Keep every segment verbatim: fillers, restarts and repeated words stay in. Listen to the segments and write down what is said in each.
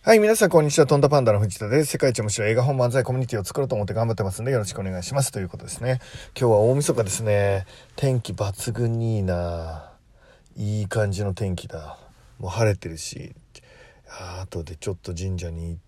はい、皆さんこんにちは。トンダパンダの藤田です。世界一面白い映画本漫才コミュニティを作ろうと思って頑張ってますんで、よろしくお願いしますということですね。今日は大晦日ですね。天気抜群にいいな。いい感じの天気だ。もう晴れてるし、あとでちょっと神社に行って、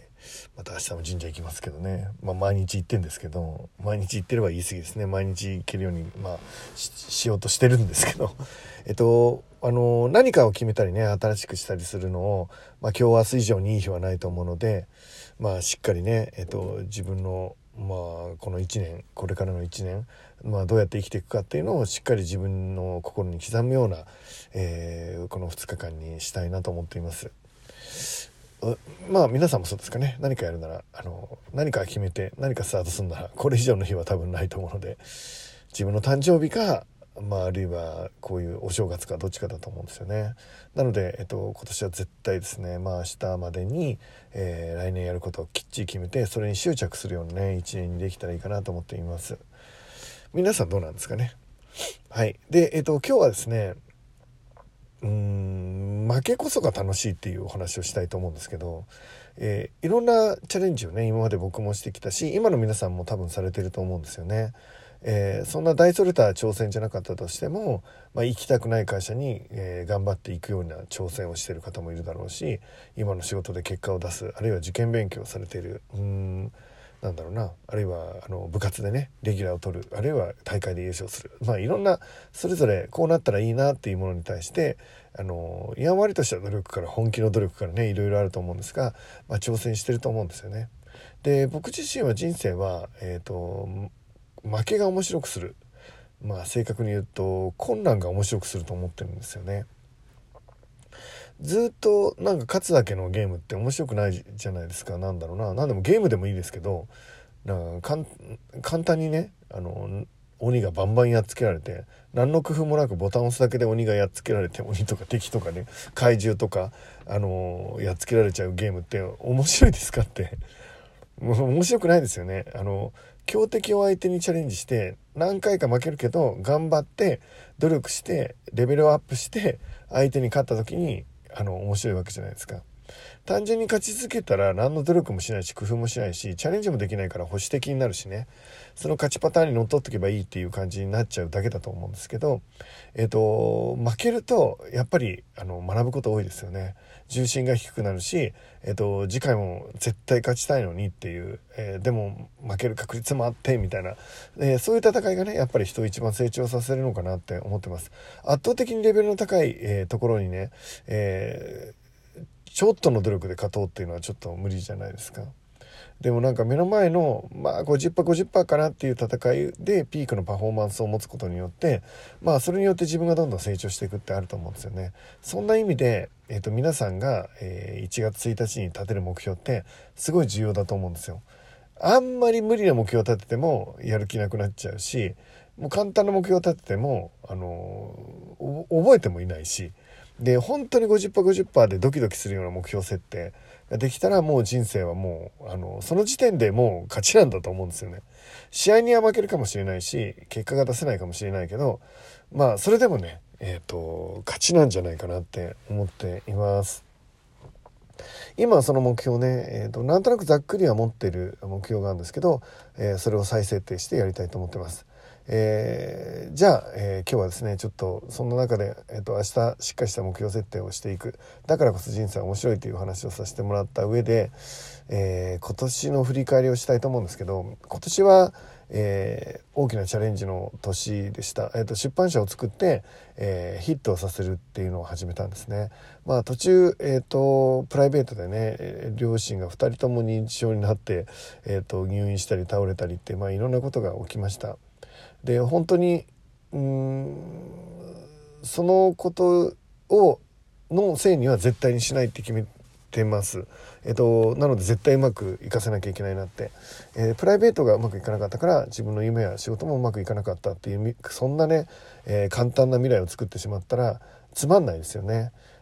また明日も神社行きますけどね。まあ毎日行ってんですけど、毎日行ってれば言い過ぎですね。毎日行けるようにまあ し, しようとしてるんですけど、えっとあの何かを決めたりね、新しくしたりするのを、まあ、今日明日以上にいい日はないと思うので、まあしっかりね、えっと自分のまあこのいちねん、これからのいちねん、まあどうやって生きていくかっていうのをしっかり自分の心に刻むような、えー、このふつかかんにしたいなと思っています。まあ皆さんもそうですかね。何かやるならあの何か決めて何かスタートするならこれ以上の日は多分ないと思うので、自分の誕生日か、まあ、あるいはこういうお正月かどっちかだと思うんですよね。なので、えっと、今年は絶対ですね、まあ明日までに、えー、来年やることをきっちり決めてそれに執着するようなね一年にできたらいいかなと思っています。皆さんどうなんですかね。はい。で、えっと今日はですね、うーん負けこそが楽しいっていうお話をしたいと思うんですけど、えー、いろんなチャレンジをね今まで僕もしてきたし、今の皆さんも多分されてると思うんですよね。えー、そんな大それた挑戦じゃなかったとしても、まあ、行きたくない会社に、えー、頑張っていくような挑戦をしている方もいるだろうし、今の仕事で結果を出す、あるいは受験勉強をされている、うーんなんだろうな、あるいはあの部活でねレギュラーを取る、あるいは大会で優勝する、まあいろんなそれぞれこうなったらいいなっていうものに対して、あのやんわりとした努力から本気の努力からねいろいろあると思うんですが、まあ、挑戦してると思うんですよね。で、僕自身は人生は、えーと負けが面白くする、まあ正確に言うと困難が面白くすると思ってるんですよね。ずっとなんか勝つだけのゲームって面白くないじゃないですか。なんだろうな、なんでもゲームでもいいですけど、なんか簡単にね、あの鬼がバンバンやっつけられて、何の工夫もなくボタンを押すだけで鬼がやっつけられて、鬼とか敵とかね怪獣とか、あのやっつけられちゃうゲームって面白いですかって、もう面白くないですよね。あの強敵を相手にチャレンジして何回か負けるけど頑張って努力してレベルをアップして相手に勝った時にあの面白いわけじゃないですか。単純に勝ち続けたら何の努力もしないし工夫もしないしチャレンジもできないから保守的になるしね、その勝ちパターンにのっとっておけばいいっていう感じになっちゃうだけだと思うんですけど、えっと負けるとやっぱりあの学ぶこと多いですよね。重心が低くなるし、えっと次回も絶対勝ちたいのにっていう、えー、でも負ける確率もあってみたいな、えー、そういう戦いがねやっぱり人を一番成長させるのかなって思ってます。圧倒的にレベルの高い、えー、ところにね、えーちょっとの努力で勝とうっていうのはちょっと無理じゃないですか。でもなんか目の前のまあ ごじゅっパーセントごじゅっパーセント かなっていう戦いでピークのパフォーマンスを持つことによって、まあそれによって自分がどんどん成長していくってあると思うんですよね。そんな意味で、えーと、皆さんが、えー、いちがつついたちに立てる目標ってすごい重要だと思うんですよ。あんまり無理な目標を立ててもやる気なくなっちゃうし、もう簡単な目標を立てても、あのー、覚えてもいないし、で本当に ごじゅっパーセントごじゅっパーセント でドキドキするような目標設定ができたら、もう人生はもうあのその時点でもう勝ちなんだと思うんですよね。試合には負けるかもしれないし結果が出せないかもしれないけど、まあそれでもね、えーと、勝ちなんじゃないかなって思っています。今その目標ね、えーと、なんとなくざっくりは持っている目標があるんですけど、えー、それを再設定してやりたいと思ってます。えー、じゃあ、えー、今日はですねちょっとそんな中で、えーと、明日しっかりした目標設定をしていく、だからこそ人生は面白いという話をさせてもらった上で、えー、今年の振り返りをしたいと思うんですけど、今年は、えー、大きなチャレンジの年でした。えーと、出版社を作って、えー、ヒットをさせるっていうのを始めたんですね。まあ途中、えーと、プライベートでね両親がふたりとも認知症になって、えーと、入院したり倒れたりって、まあ、いろんなことが起きました。で本当にうーんそのことをのせいには絶対にしないって決めてます。えっとなので絶対うまくいかせなきゃいけないなって、えー、プライベートがうまくいかなかったから自分の夢や仕事もうまくいかなかったっていう、そんなね、えー、簡単な未来を作ってしまったらつまんないですよね。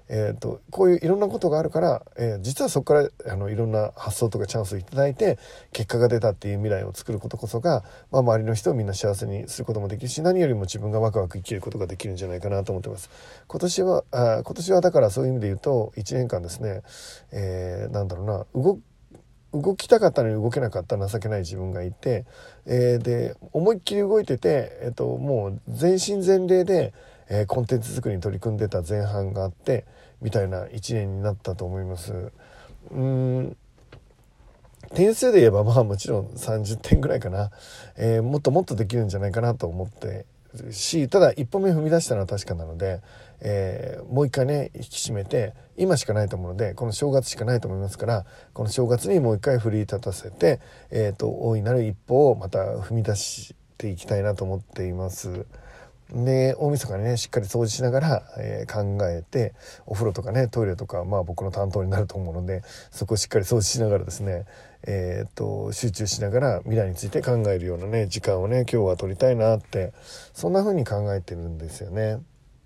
えー、とこういういろんなことがあるから、えー、実はそこからあのいろんな発想とかチャンスをいただいて結果が出たっていう未来を作ることこそが、まあ、周りの人をみんな幸せにすることもできるし、何よりも自分がワクワク生きることができるんじゃないかなと思ってます。今年はあ今年はだからそういう意味で言うといちねんかんですね、えー、なんだろうな動動きたかったのに動けなかった情けない自分がいて、えー、で思いっきり動いてて、えー、ともう全身全霊で、えー、コンテンツ作りに取り組んでた前半があってみたいないちねんになったと思います。うーん点数で言えばまあもちろんさんじゅってんぐらいかな、えー、もっともっとできるんじゃないかなと思ってし、ただ一歩目踏み出したのは確かなので、えー、もう一回ね引き締めて、今しかないと思うのでこの正月しかないと思いますから、この正月にもう一回奮い立たせて、えー、と大いなる一歩をまた踏み出していきたいなと思っています。で大晦日にねしっかり掃除しながら、えー、考えて、お風呂とかねトイレとかまあ僕の担当になると思うので、そこをしっかり掃除しながらですね、えー、っと集中しながら未来について考えるようなね時間をね今日は取りたいなって、そんな風に考えてるんですよね。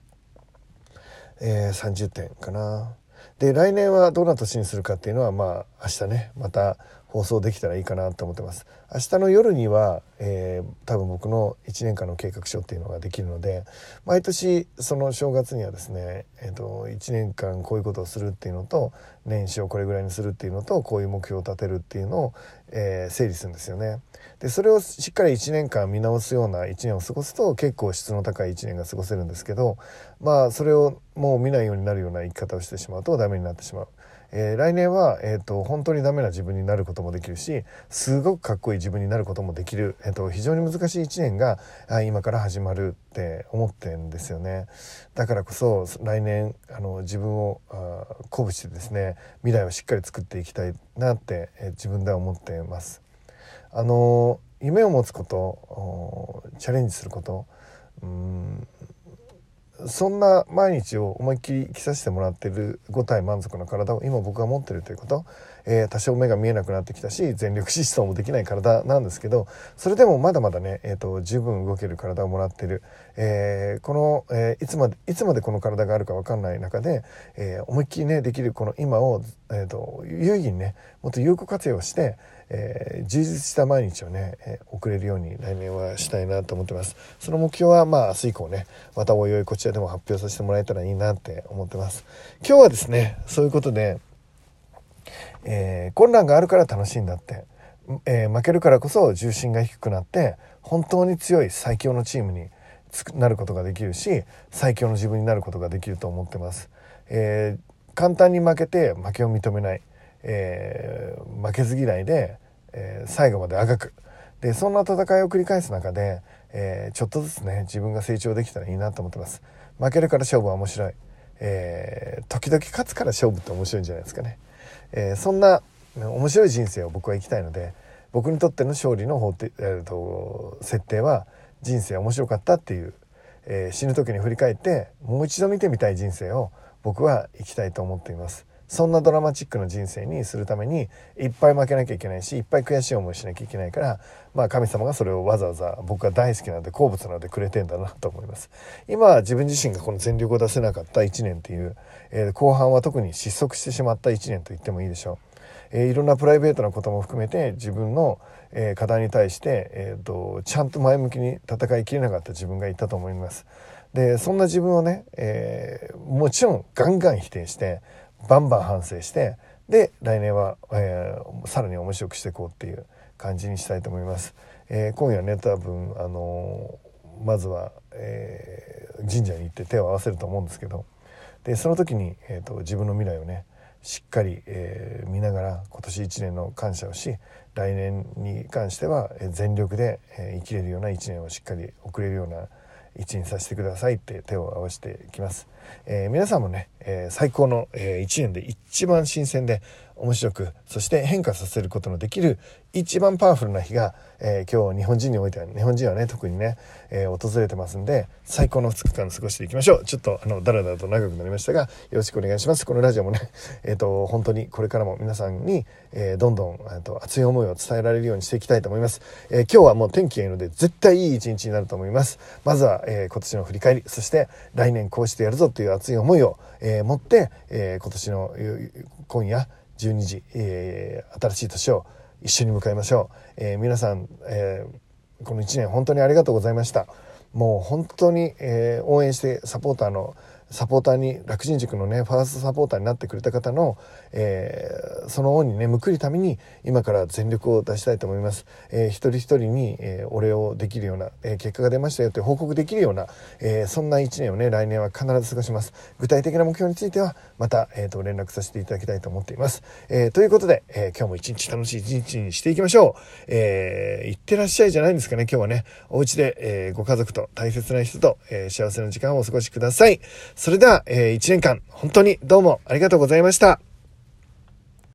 えー、さんじゅってんかな。で来年はどんな年にするかっていうのはまあ明日ねまた放送できたらいいかなと思ってます。明日の夜には、えー、多分僕のいちねんかんの計画書っていうのができるので、毎年その正月にはですね、えー、といちねんかんこういうことをするっていうのと、年始をこれぐらいにするっていうのと、こういう目標を立てるっていうのを、えー、整理するんですよね。でそれをしっかりいちねんかん見直すようないちねんを過ごすと結構質の高いいちねんが過ごせるんですけど、まあそれをもう見ないようになるような生き方をしてしまうとダメになってしまう。えー、来年は、えー、と本当にダメな自分になることもできるし、すごくかっこいい自分になることもできる、えー、と非常に難しいいちねんがあ今から始まるって思ってるんですよね。だからこそ来年あの自分をあ鼓舞してですね、未来をしっかり作っていきたいなって、えー、自分では思ってます。あの夢を持つこと、チャレンジすること、うーんそんな毎日を思いっきり生きさせてもらってる五体満足の体を今僕が持ってるということ、えー、多少目が見えなくなってきたし全力疾走もできない体なんですけど、それでもまだまだね、えーと、十分動ける体をもらってる、えー、この、えー、いつまでいつまでこの体があるか分かんない中で、えー、思いっきりねできるこの今を、えーと、有意義にねもっと有効活用して、えー、充実した毎日をね、えー、送れるように来年はしたいなと思ってます。その目標はまあ明日以降ねまたおいおいこちらでも発表させてもらえたらいいなって思ってます。今日はですねそういうことで、えー、困難があるから楽しいんだって、えー、負けるからこそ重心が低くなって本当に強い最強のチームになることができるし、最強の自分になることができると思ってます。えー、簡単に負けて負けを認めない、えー、負けず嫌いで、えー、最後まであがく、でそんな戦いを繰り返す中で、えー、ちょっとずつね自分が成長できたらいいなと思ってます。負けるから勝負は面白い、えー、時々勝つから勝負って面白いんじゃないですかね。えー、そんな面白い人生を僕は生きたいので、僕にとっての勝利の方程、えー、と設定は人生面白かったっていう、えー、死ぬ時に振り返ってもう一度見てみたい人生を僕は生きたいと思っています。そんなドラマチックな人生にするためにいっぱい負けなきゃいけないし、いっぱい悔しい思いしなきゃいけないから、まあ神様がそれをわざわざ僕が大好きなので好物なのでくれてんだなと思います。今は自分自身がこの全力を出せなかったいちねんっていう、えー、後半は特に失速してしまったいちねんと言ってもいいでしょう。えー、いろんなプライベートなことも含めて自分の、えー、課題に対して、えーと、ちゃんと前向きに戦いきれなかった自分がいたと思います。でそんな自分をね、えー、もちろんガンガン否定してバンバン反省して、で来年は、えー、さらに面白くしていこうっていう感じにしたいと思います。えー、今夜ね多分、あのー、まずは、えー、神社に行って手を合わせると思うんですけど、でその時に、えーと、自分の未来をねしっかり、えー、見ながら今年いちねんの感謝をし、来年に関しては全力で、えー、生きれるようないちねんをしっかり送れるような一にさせてくださいって手を合わせていきます。えー、皆さんもね、えー、最高の、えー、いちねんで一番新鮮で面白く、そして変化させることのできる一番パワフルな日が、えー、今日日本人においては日本人はね特にね、えー、訪れてますんで、最高のふつかかん過ごしていきましょう。ちょっとあのだらだらと長くなりましたがよろしくお願いします。このラジオもね、えー、と本当にこれからも皆さんに、えー、どんどんあと熱い思いを伝えられるようにしていきたいと思います。えー、今日はもう天気がいいので絶対いい一日になると思います。まずは、えー、今年の振り返り、そして来年こうしてやるぞってという熱い思いを、えー、持って、えー、今年の今夜じゅうにじ、えー、新しい年を一緒に迎えましょう。えー、皆さん、えー、このいちねん本当にありがとうございました。もう本当に、えー、応援してサポーターのサポーターに楽人塾のねファーストサポーターになってくれた方の、えー、その恩にね報いるために今から全力を出したいと思います。えー、一人一人に、えー、お礼をできるような、えー、結果が出ましたよという報告できるような、えー、そんないちねんをね来年は必ず過ごします。具体的な目標についてはまた、えー、と連絡させていただきたいと思っています。えー、ということで、えー、今日も一日楽しい一日にしていきましょう。えー、いってらっしゃいじゃないんですかね。今日はねお家で、えー、ご家族と大切な人と、えー、幸せな時間をお過ごしください。それでは、えー、いちねんかん本当にどうもありがとうございました。